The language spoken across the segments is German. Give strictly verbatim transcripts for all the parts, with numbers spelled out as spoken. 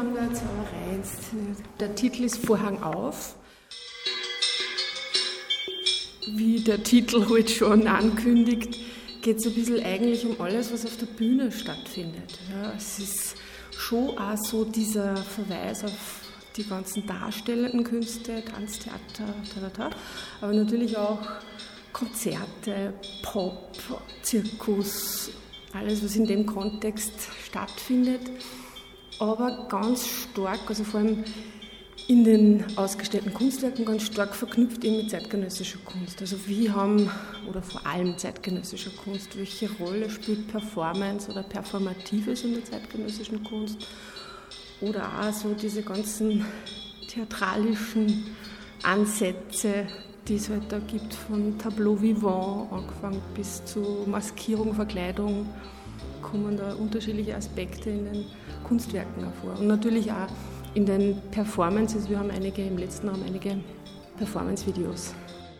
haben da eine Zauberei inszeniert. Der Titel ist Vorhang auf. Wie der Titel heute schon ankündigt, geht es ein bisschen eigentlich um alles, was auf der Bühne stattfindet. Ja, es ist schon auch so dieser Verweis auf die ganzen darstellenden Künste, Tanztheater, ta, ta, ta, aber natürlich auch Konzerte, Pop, Zirkus, alles, was in dem Kontext stattfindet, aber ganz stark, also vor allem in den ausgestellten Kunstwerken ganz stark verknüpft eben mit zeitgenössischer Kunst. Also wie haben, oder vor allem zeitgenössischer Kunst, welche Rolle spielt Performance oder Performatives in der zeitgenössischen Kunst? Oder auch so diese ganzen theatralischen Ansätze, die es halt da gibt, von Tableau vivant angefangen bis zu Maskierung, Verkleidung, kommen da unterschiedliche Aspekte in den Kunstwerken hervor. Und natürlich auch in den Performances, wir haben einige, im letzten Raum einige Performance-Videos.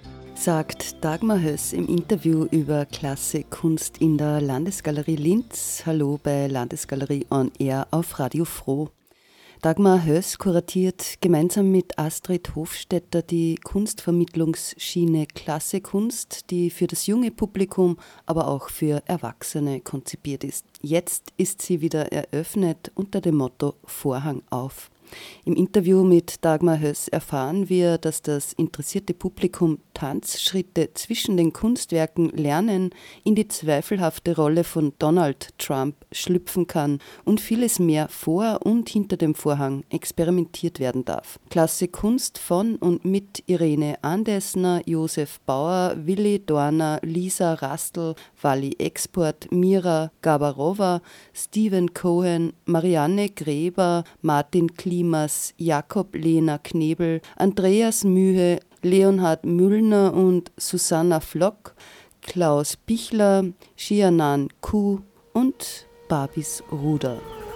Sagt Dagmar Höss im Interview über Klasse Kunst in der Landesgalerie Linz. Hallo bei Landesgalerie On Air auf Radio Froh. Dagmar Höss kuratiert gemeinsam mit Astrid Hofstetter die Kunstvermittlungsschiene Klasse Kunst, die für das junge Publikum, aber auch für Erwachsene konzipiert ist. Jetzt ist sie wieder eröffnet unter dem Motto Vorhang auf. Im Interview mit Dagmar Höss erfahren wir, dass das interessierte Publikum Tanzschritte zwischen den Kunstwerken lernen, in die zweifelhafte Rolle von Donald Trump schlüpfen kann und vieles mehr vor und hinter dem Vorhang experimentiert werden darf. Klasse Kunst von und mit Irene Andesner, Josef Bauer, Willi Dorner, Lisa Rastl, Wally Export, Mira Gabarova, Steven Cohen, Marianne Gräber, Martin Klima, Jakob Lehner Knebel, Andreas Mühe, Leonhard Müllner und Susanna Flock, Klaus Bichler, Shianan Kuh und Babis Ruder.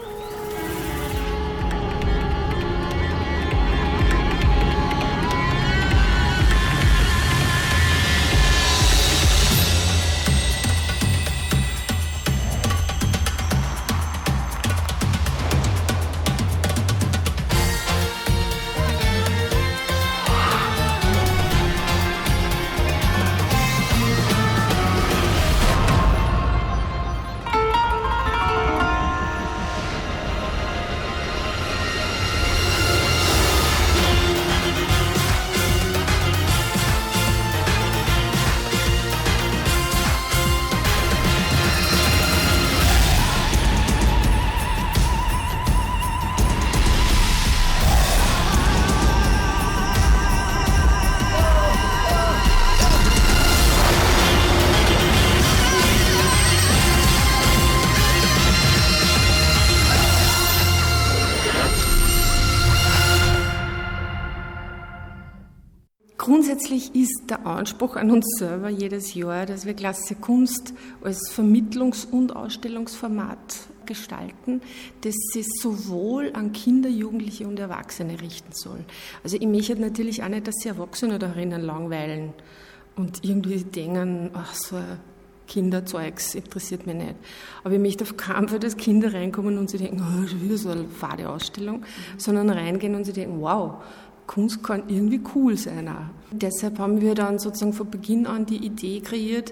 Grundsätzlich ist der Anspruch an uns selber jedes Jahr, dass wir Klasse Kunst als Vermittlungs- und Ausstellungsformat gestalten, das sich sowohl an Kinder, Jugendliche und Erwachsene richten soll. Also ich möchte natürlich auch nicht, dass sich Erwachsene darin langweilen und irgendwie denken, ach so ein Kinderzeugs interessiert mich nicht. Aber ich möchte auf keinen Fall, dass Kinder reinkommen und sie denken, oh, schon wieder so eine fade Ausstellung, sondern reingehen und sie denken, wow, Kunst kann irgendwie cool sein auch. Deshalb haben wir dann sozusagen von Beginn an die Idee kreiert,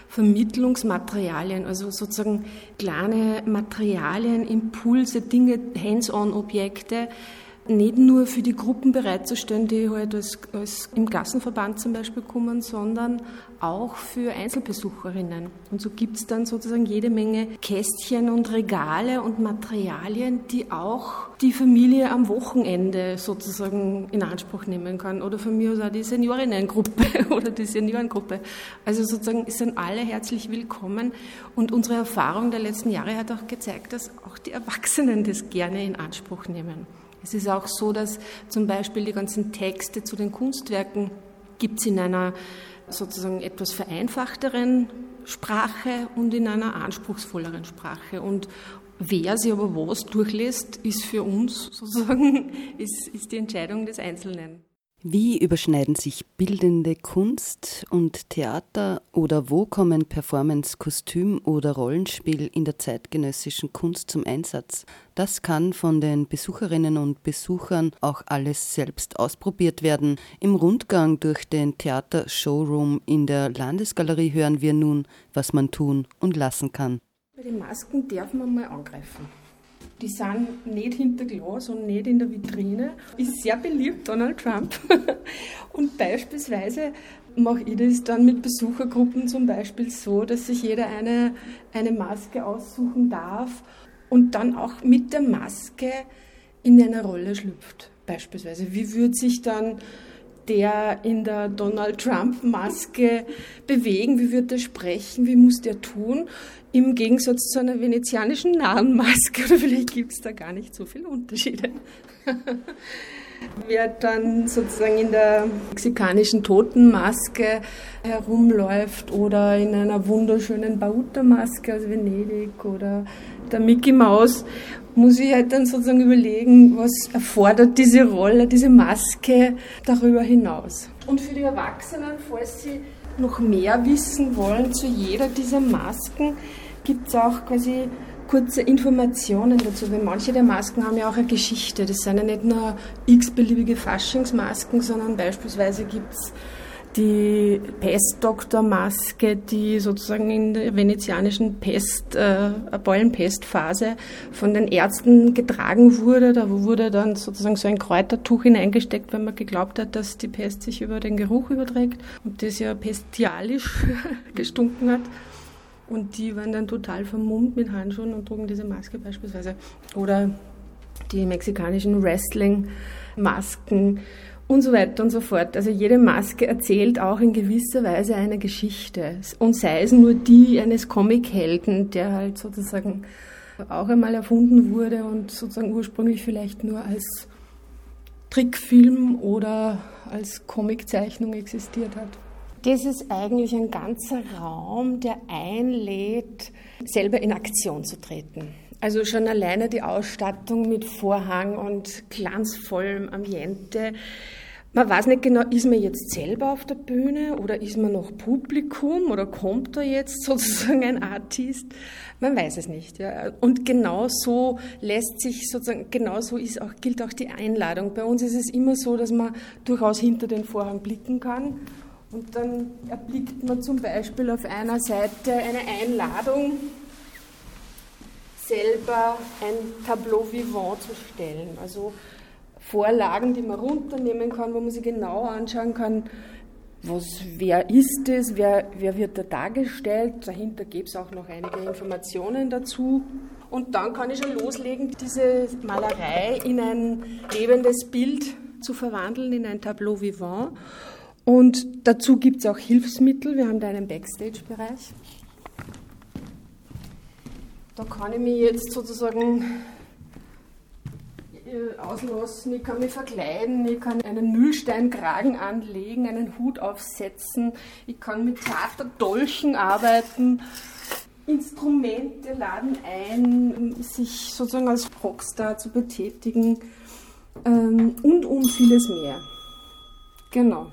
Vermittlungsmaterialien, also sozusagen kleine Materialien, Impulse, Dinge, Hands-on-Objekte, nicht nur für die Gruppen bereitzustellen, die halt als, als im Klassenverband zum Beispiel kommen, sondern auch für Einzelbesucherinnen. Und so gibt es dann sozusagen jede Menge Kästchen und Regale und Materialien, die auch die Familie am Wochenende sozusagen in Anspruch nehmen kann. Oder von mir aus auch die Seniorinnengruppe oder die Seniorengruppe. Also sozusagen sind alle herzlich willkommen. Und unsere Erfahrung der letzten Jahre hat auch gezeigt, dass auch die Erwachsenen das gerne in Anspruch nehmen. Es ist auch so, dass zum Beispiel die ganzen Texte zu den Kunstwerken gibt es in einer sozusagen etwas vereinfachteren Sprache und in einer anspruchsvolleren Sprache. Und wer sich aber was durchlässt, ist für uns sozusagen ist, ist die Entscheidung des Einzelnen. Wie überschneiden sich bildende Kunst und Theater oder wo kommen Performance, Kostüm oder Rollenspiel in der zeitgenössischen Kunst zum Einsatz? Das kann von den Besucherinnen und Besuchern auch alles selbst ausprobiert werden. Im Rundgang durch den Theater-Showroom in der Landesgalerie hören wir nun, was man tun und lassen kann. Bei den Masken darf man mal angreifen. Die sind nicht hinter Glas und nicht in der Vitrine. Ist sehr beliebt, Donald Trump. Und beispielsweise mache ich das dann mit Besuchergruppen zum Beispiel so, dass sich jeder eine, eine Maske aussuchen darf und dann auch mit der Maske in eine Rolle schlüpft. Beispielsweise, wie würde sich dann der in der Donald Trump-Maske bewegen, wie wird er sprechen, wie muss der tun, im Gegensatz zu einer venezianischen Narrenmaske, oder vielleicht gibt es da gar nicht so viele Unterschiede. Wer dann sozusagen in der mexikanischen Totenmaske herumläuft oder in einer wunderschönen Bauta-Maske aus Venedig oder der Mickey Mouse, muss ich halt dann sozusagen überlegen, was erfordert diese Rolle, diese Maske darüber hinaus. Und für die Erwachsenen, falls sie noch mehr wissen wollen zu jeder dieser Masken, gibt es auch quasi kurze Informationen dazu, weil manche der Masken haben ja auch eine Geschichte. Das sind ja nicht nur x-beliebige Faschingsmasken, sondern beispielsweise gibt es die Pestdoktormaske, die sozusagen in der venezianischen Pest, äh, Beulenpestphase von den Ärzten getragen wurde. Da wurde dann sozusagen so ein Kräutertuch hineingesteckt, weil man geglaubt hat, dass die Pest sich über den Geruch überträgt und das ja pestialisch gestunken hat. Und die waren dann total vermummt mit Handschuhen und trugen diese Maske beispielsweise. Oder die mexikanischen Wrestling-Masken und so weiter und so fort. Also jede Maske erzählt auch in gewisser Weise eine Geschichte. Und sei es nur die eines Comichelden, der halt sozusagen auch einmal erfunden wurde und sozusagen ursprünglich vielleicht nur als Trickfilm oder als Comiczeichnung existiert hat. Das ist eigentlich ein ganzer Raum, der einlädt, selber in Aktion zu treten. Also schon alleine die Ausstattung mit Vorhang und glanzvollem Ambiente. Man weiß nicht genau, ist man jetzt selber auf der Bühne oder ist man noch Publikum oder kommt da jetzt sozusagen ein Artist? Man weiß es nicht. Ja. Und genau so lässt sich sozusagen, genau so ist auch, gilt auch die Einladung. Bei uns ist es immer so, dass man durchaus hinter den Vorhang blicken kann. Und dann erblickt man zum Beispiel auf einer Seite eine Einladung, selber ein Tableau vivant zu stellen. Also Vorlagen, die man runternehmen kann, wo man sich genau anschauen kann, was, wer ist es, wer, wer wird da dargestellt. Dahinter gibt es auch noch einige Informationen dazu. Und dann kann ich schon loslegen, diese Malerei in ein lebendes Bild zu verwandeln, in ein Tableau vivant. Und dazu gibt es auch Hilfsmittel. Wir haben da einen Backstage-Bereich. Da kann ich mich jetzt sozusagen auslassen, ich kann mich verkleiden, ich kann einen Mühlsteinkragen anlegen, einen Hut aufsetzen, ich kann mit Theaterdolchen arbeiten. Instrumente laden ein, sich sozusagen als Rockstar zu betätigen und um vieles mehr. Genau.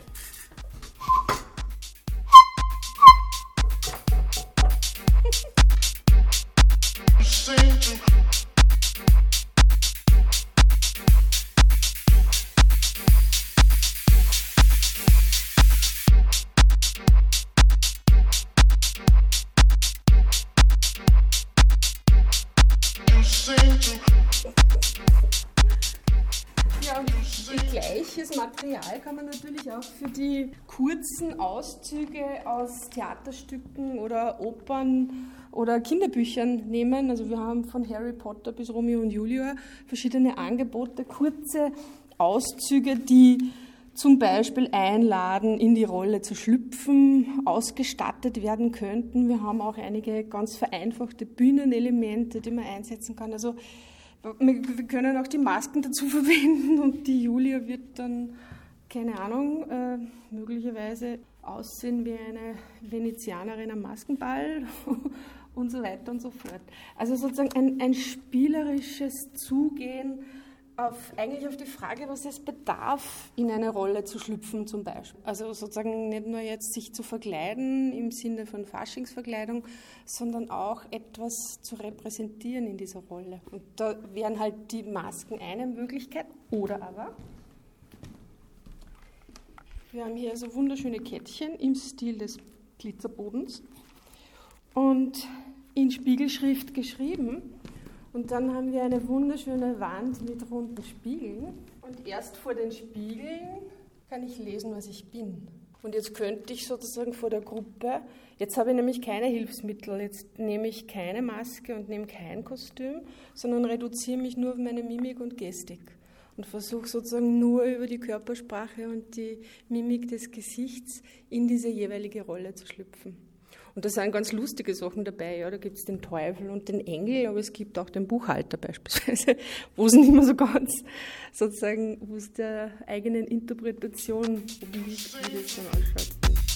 Ja, und gleiches Material kann man natürlich auch für die kurzen Auszüge aus Theaterstücken oder Opern oder Kinderbüchern nehmen. Also wir haben von Harry Potter bis Romeo und Julia verschiedene Angebote, kurze Auszüge, die zum Beispiel einladen, in die Rolle zu schlüpfen, ausgestattet werden könnten. Wir haben auch einige ganz vereinfachte Bühnenelemente, die man einsetzen kann. Also wir können auch die Masken dazu verwenden und die Julia wird dann, keine Ahnung, äh, möglicherweise aussehen wie eine Venezianerin am Maskenball und so weiter und so fort. Also sozusagen ein, ein spielerisches Zugehen auf, eigentlich auf die Frage, was es bedarf, in eine Rolle zu schlüpfen zum Beispiel. Also sozusagen nicht nur jetzt sich zu verkleiden im Sinne von Faschingsverkleidung, sondern auch etwas zu repräsentieren in dieser Rolle. Und da wären halt die Masken eine Möglichkeit. Oder aber, wir haben hier so wunderschöne Kettchen im Stil des Glitzerbodens und in Spiegelschrift geschrieben. Und dann haben wir eine wunderschöne Wand mit runden Spiegeln. Und erst vor den Spiegeln kann ich lesen, was ich bin. Und jetzt könnte ich sozusagen vor der Gruppe, jetzt habe ich nämlich keine Hilfsmittel, jetzt nehme ich keine Maske und nehme kein Kostüm, sondern reduziere mich nur auf meine Mimik und Gestik. Und versuche sozusagen nur über die Körpersprache und die Mimik des Gesichts in diese jeweilige Rolle zu schlüpfen. Und da sind ganz lustige Sachen dabei, ja, da gibt es den Teufel und den Engel, aber es gibt auch den Buchhalter beispielsweise, wo es nicht mehr so ganz sozusagen, wo es der eigenen Interpretation obliegt, wie das dann ausschaut.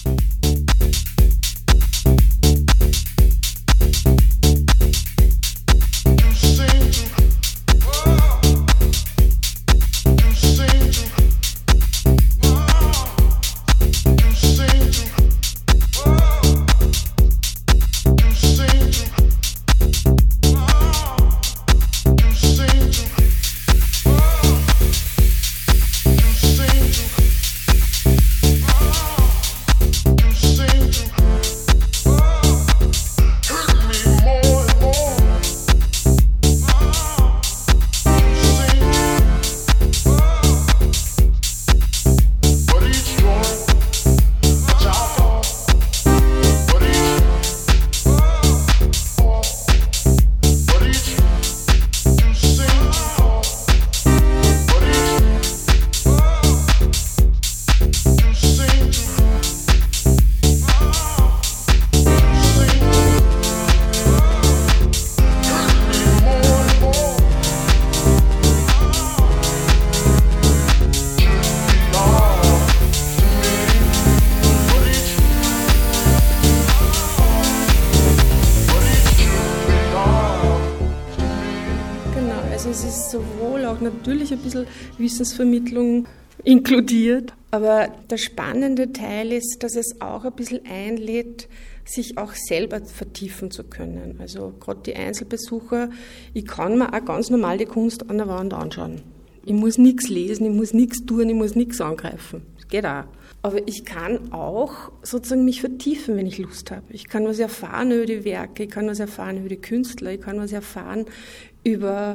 Natürlich ein bisschen Wissensvermittlung inkludiert, aber der spannende Teil ist, dass es auch ein bisschen einlädt, sich auch selber vertiefen zu können. Also gerade die Einzelbesucher, ich kann mir auch ganz normal die Kunst an der Wand anschauen. Ich muss nichts lesen, ich muss nichts tun, ich muss nichts angreifen. Das geht auch. Aber ich kann auch sozusagen mich vertiefen, wenn ich Lust habe. Ich kann was erfahren über die Werke, ich kann was erfahren über die Künstler, ich kann was erfahren über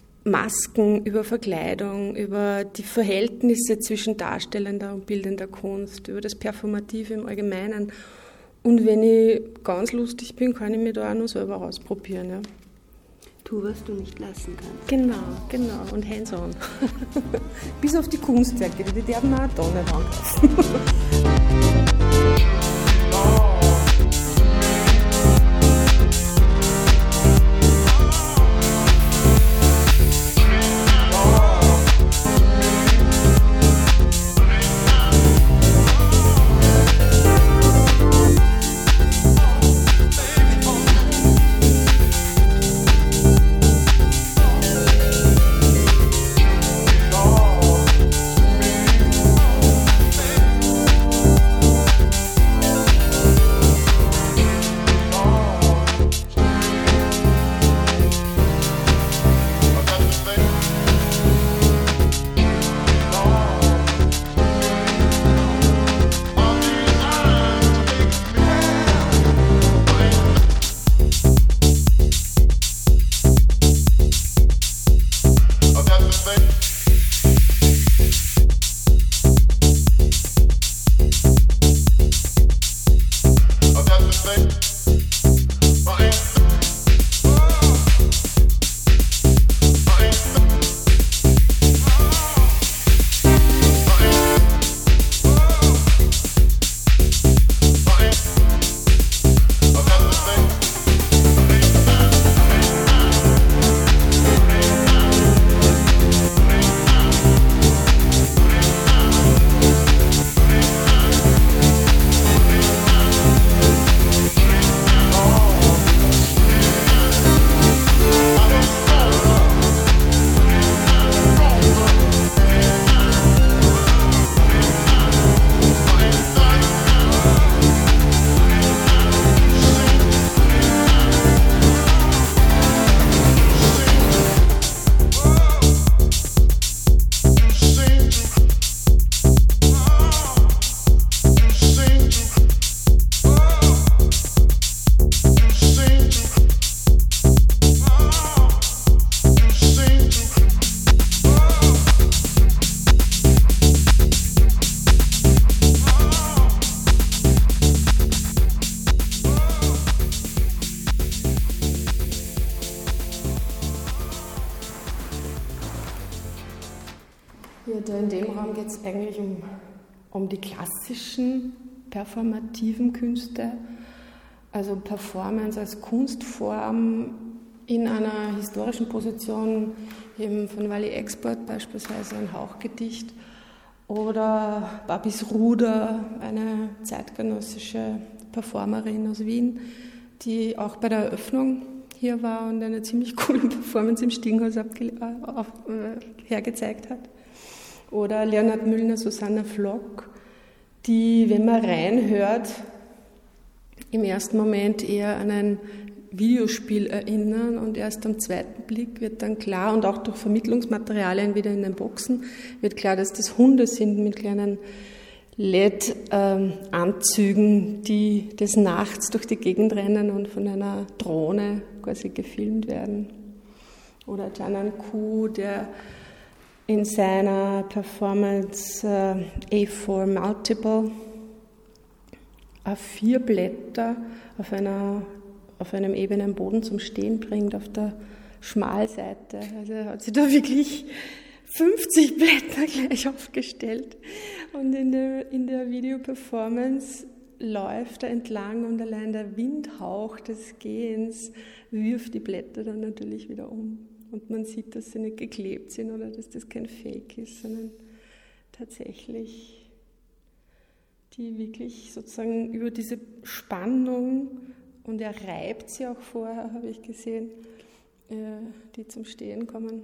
Masken, über Verkleidung, über die Verhältnisse zwischen darstellender und bildender Kunst, über das Performative im Allgemeinen. Und wenn ich ganz lustig bin, kann ich mich da auch noch selber ausprobieren. Ja. Tu, was du nicht lassen kannst. Genau, genau. Und hands-on. Bis auf die Kunstwerke, die dürfen wir auch da nicht angreifen. Ja, da in dem Raum geht es eigentlich um, um die klassischen performativen Künste, also Performance als Kunstform in einer historischen Position, eben von Wally Export beispielsweise ein Hauchgedicht oder Babis Ruder, eine zeitgenössische Performerin aus Wien, die auch bei der Eröffnung hier war und eine ziemlich coole Performance im Stiegenhaus abge- auf, äh, hergezeigt hat. Oder Leonhard Müllner, Susanna Flock, die, wenn man reinhört, im ersten Moment eher an ein Videospiel erinnern und erst am zweiten Blick wird dann klar, und auch durch Vermittlungsmaterialien wieder in den Boxen, wird klar, dass das Hunde sind mit kleinen L E D-Anzügen, die des Nachts durch die Gegend rennen und von einer Drohne quasi gefilmt werden. Oder Canan Ku, der in seiner Performance äh, A vier Multiple A vier Blätter auf, einer, auf einem ebenen Boden zum Stehen bringt, auf der Schmalseite. Also er hat sich da wirklich fünfzig Blätter gleich aufgestellt. Und in der, in der Videoperformance läuft er entlang und allein der Windhauch des Gehens wirft die Blätter dann natürlich wieder um. Und man sieht, dass sie nicht geklebt sind oder dass das kein Fake ist, sondern tatsächlich die wirklich sozusagen über diese Spannung, und er reibt sie auch vorher, habe ich gesehen, die zum Stehen kommen.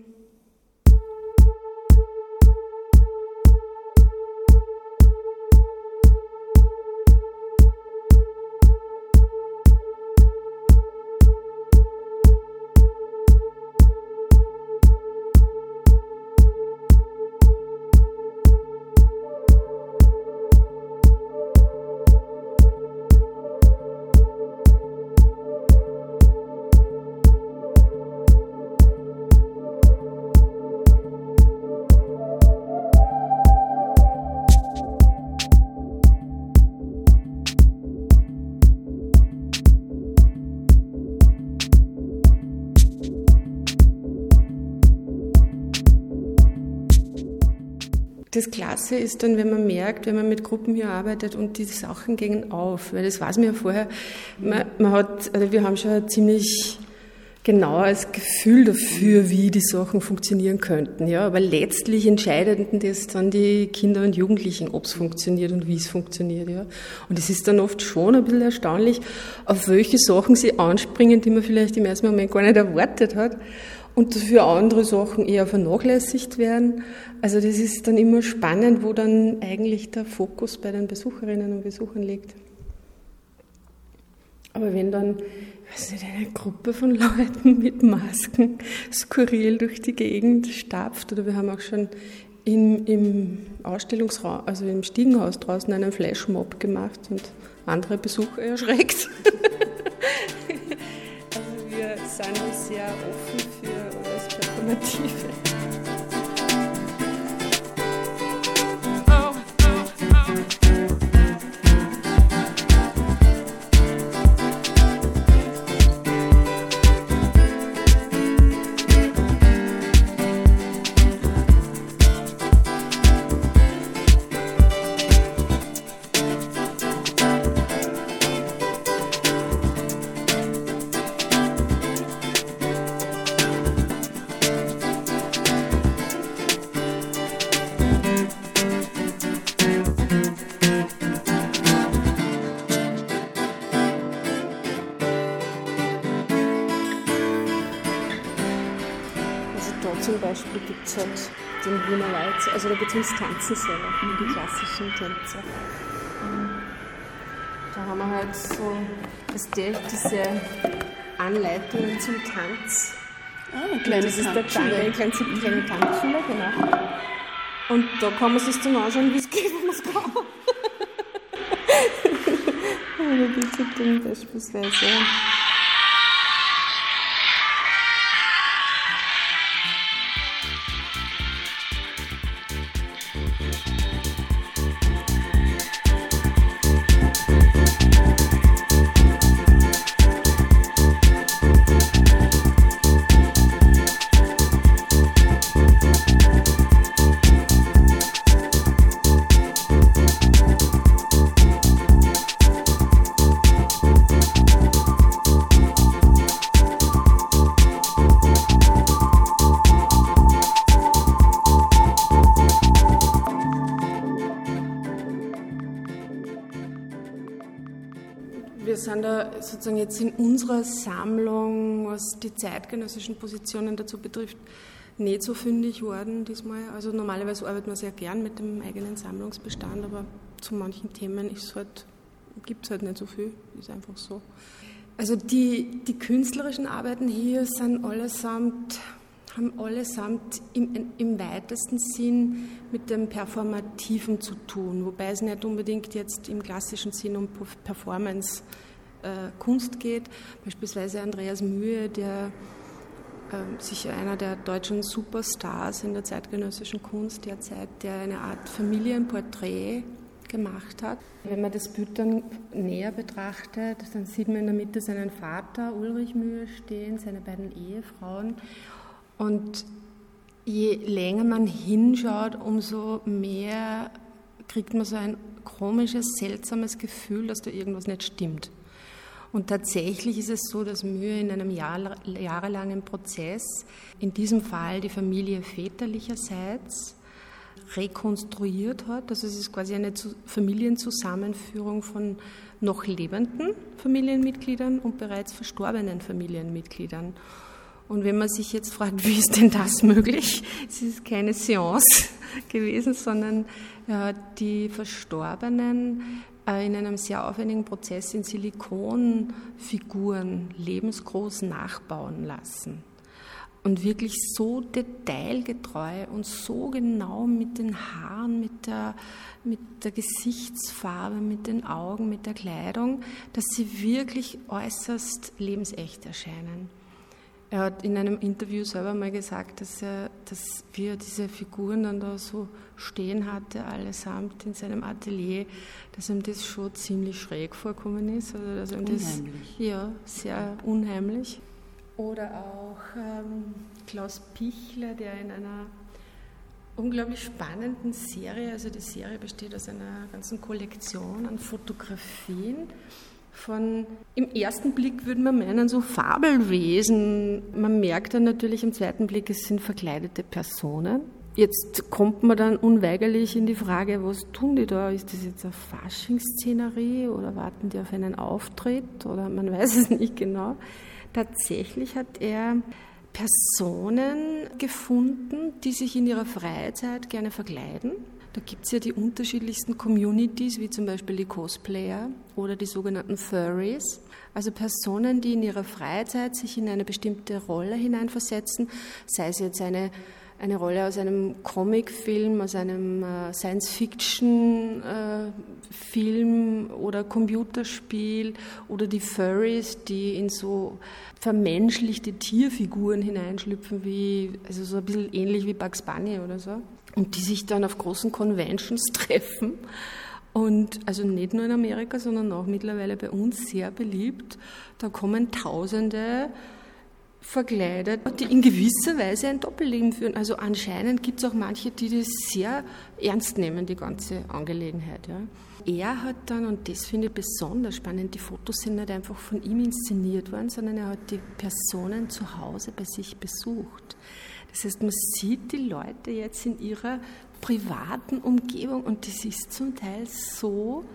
Das Klasse ist dann, wenn man merkt, wenn man mit Gruppen hier arbeitet und die Sachen gehen auf, weil das weiß man ja vorher, man, man hat, also wir haben schon ein ziemlich genaues Gefühl dafür, wie die Sachen funktionieren könnten, ja, aber letztlich entscheiden das dann die Kinder und Jugendlichen, ob es funktioniert und wie es funktioniert, ja. Und es ist dann oft schon ein bisschen erstaunlich, auf welche Sachen sie anspringen, die man vielleicht im ersten Moment gar nicht erwartet hat. Und dafür andere Sachen eher vernachlässigt werden. Also das ist dann immer spannend, wo dann eigentlich der Fokus bei den Besucherinnen und Besuchern liegt. Aber wenn dann, ich weiß nicht, eine Gruppe von Leuten mit Masken skurril durch die Gegend stapft, oder wir haben auch schon im, im Ausstellungsraum, also im Stiegenhaus draußen einen Flashmob gemacht und andere Besucher erschreckt. Also wir sind sehr offen für das Performative. Zum Beispiel gibt es halt den Wiener Walzer, also da geht es ums Tanzen selber, um die klassischen Tänze. Da haben wir halt so das, diese Anleitungen zum Tanz. Ah, kleine das ist der Tanz, eine kleine, kleine Tanzschule, genau. Und da kann man sich dann anschauen, wie es geht, wenn man es kann. Da gibt es dann beispielsweise sind da sozusagen jetzt in unserer Sammlung, was die zeitgenössischen Positionen dazu betrifft, nicht so fündig worden diesmal. Also normalerweise arbeitet man sehr gern mit dem eigenen Sammlungsbestand, aber zu manchen Themen halt, gibt es halt nicht so viel, ist einfach so. Also die, die künstlerischen Arbeiten hier sind allesamt, haben allesamt im, im weitesten Sinn mit dem Performativen zu tun, wobei es nicht unbedingt jetzt im klassischen Sinn um Performance-Kunst äh, geht. Beispielsweise Andreas Mühe, der äh, sicher einer der deutschen Superstars in der zeitgenössischen Kunst derzeit, der eine Art Familienporträt gemacht hat. Wenn man das Bild dann näher betrachtet, dann sieht man in der Mitte seinen Vater Ulrich Mühe stehen, seine beiden Ehefrauen. Und je länger man hinschaut, umso mehr kriegt man so ein komisches, seltsames Gefühl, dass da irgendwas nicht stimmt. Und tatsächlich ist es so, dass Mühe in einem Jahr, jahrelangen Prozess, in diesem Fall die Familie väterlicherseits, rekonstruiert hat. Also es ist quasi eine Familienzusammenführung von noch lebenden Familienmitgliedern und bereits verstorbenen Familienmitgliedern. Und wenn man sich jetzt fragt, wie ist denn das möglich? Es ist keine Seance gewesen, sondern er hat die Verstorbenen in einem sehr aufwendigen Prozess in Silikonfiguren lebensgroß nachbauen lassen. Und wirklich so detailgetreu und so genau mit den Haaren, mit der, mit der Gesichtsfarbe, mit den Augen, mit der Kleidung, dass sie wirklich äußerst lebensecht erscheinen. Er hat in einem Interview selber mal gesagt, dass er, dass wie er diese Figuren dann da so stehen hatte, allesamt in seinem Atelier, dass ihm das schon ziemlich schräg vorgekommen ist. Also dass ihm das, ja, sehr unheimlich. Oder auch ähm, Klaus Pichler, der in einer unglaublich spannenden Serie, also die Serie besteht aus einer ganzen Kollektion an Fotografien, von, im ersten Blick würde man meinen, so Fabelwesen. Man merkt dann natürlich im zweiten Blick, es sind verkleidete Personen. Jetzt kommt man dann unweigerlich in die Frage, was tun die da? Ist das jetzt eine Faschingsszenerie oder warten die auf einen Auftritt? Oder man weiß es nicht genau. Tatsächlich hat er Personen gefunden, die sich in ihrer Freizeit gerne verkleiden. Da gibt es ja die unterschiedlichsten Communities, wie zum Beispiel die Cosplayer oder die sogenannten Furries. Also Personen, die in ihrer Freizeit sich in eine bestimmte Rolle hineinversetzen, sei es jetzt eine, eine Rolle aus einem Comicfilm, aus einem äh, Science-Fiction-Film äh, oder Computerspiel oder die Furries, die in so vermenschlichte Tierfiguren hineinschlüpfen, wie, also so ein bisschen ähnlich wie Bugs Bunny oder so. Und die sich dann auf großen Conventions treffen und also nicht nur in Amerika, sondern auch mittlerweile bei uns sehr beliebt. Da kommen Tausende verkleidet, die in gewisser Weise ein Doppelleben führen. Also anscheinend gibt es auch manche, die das sehr ernst nehmen, die ganze Angelegenheit. Ja. Er hat dann, und das finde ich besonders spannend, die Fotos sind nicht einfach von ihm inszeniert worden, sondern er hat die Personen zu Hause bei sich besucht. Das heißt, man sieht die Leute jetzt in ihrer privaten Umgebung und das ist zum Teil so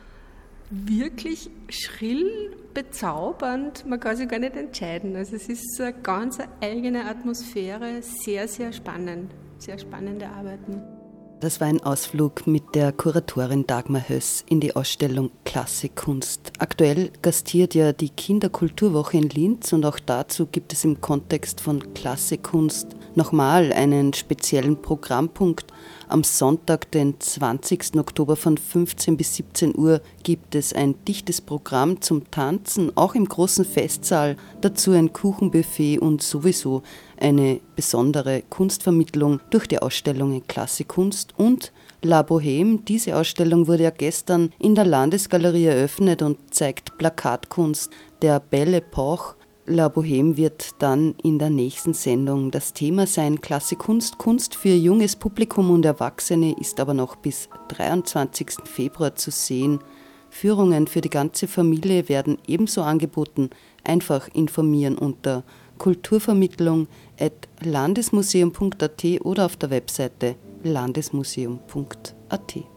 wirklich schrill, bezaubernd, man kann sich gar nicht entscheiden. Also es ist so eine ganz eigene Atmosphäre, sehr, sehr spannend, sehr spannende Arbeiten. Das war ein Ausflug mit der Kuratorin Dagmar Höss in die Ausstellung Klassikkunst. Aktuell gastiert ja die Kinderkulturwoche in Linz und auch dazu gibt es im Kontext von Klassikkunst nochmal einen speziellen Programmpunkt. Am Sonntag, den zwanzigsten Oktober von fünfzehn bis siebzehn Uhr gibt es ein dichtes Programm zum Tanzen, auch im großen Festsaal, dazu ein Kuchenbuffet und sowieso eine besondere Kunstvermittlung durch die Ausstellungen Klassikkunst und La Bohème. Diese Ausstellung wurde ja gestern in der Landesgalerie eröffnet und zeigt Plakatkunst der Belle Epoque. La Bohème wird dann in der nächsten Sendung das Thema sein. Klassikkunst, Kunst für junges Publikum und Erwachsene ist aber noch bis dreiundzwanzigsten Februar zu sehen. Führungen für die ganze Familie werden ebenso angeboten. Einfach informieren unter kulturvermittlung at landesmuseum punkt at oder auf der Webseite landesmuseum punkt at.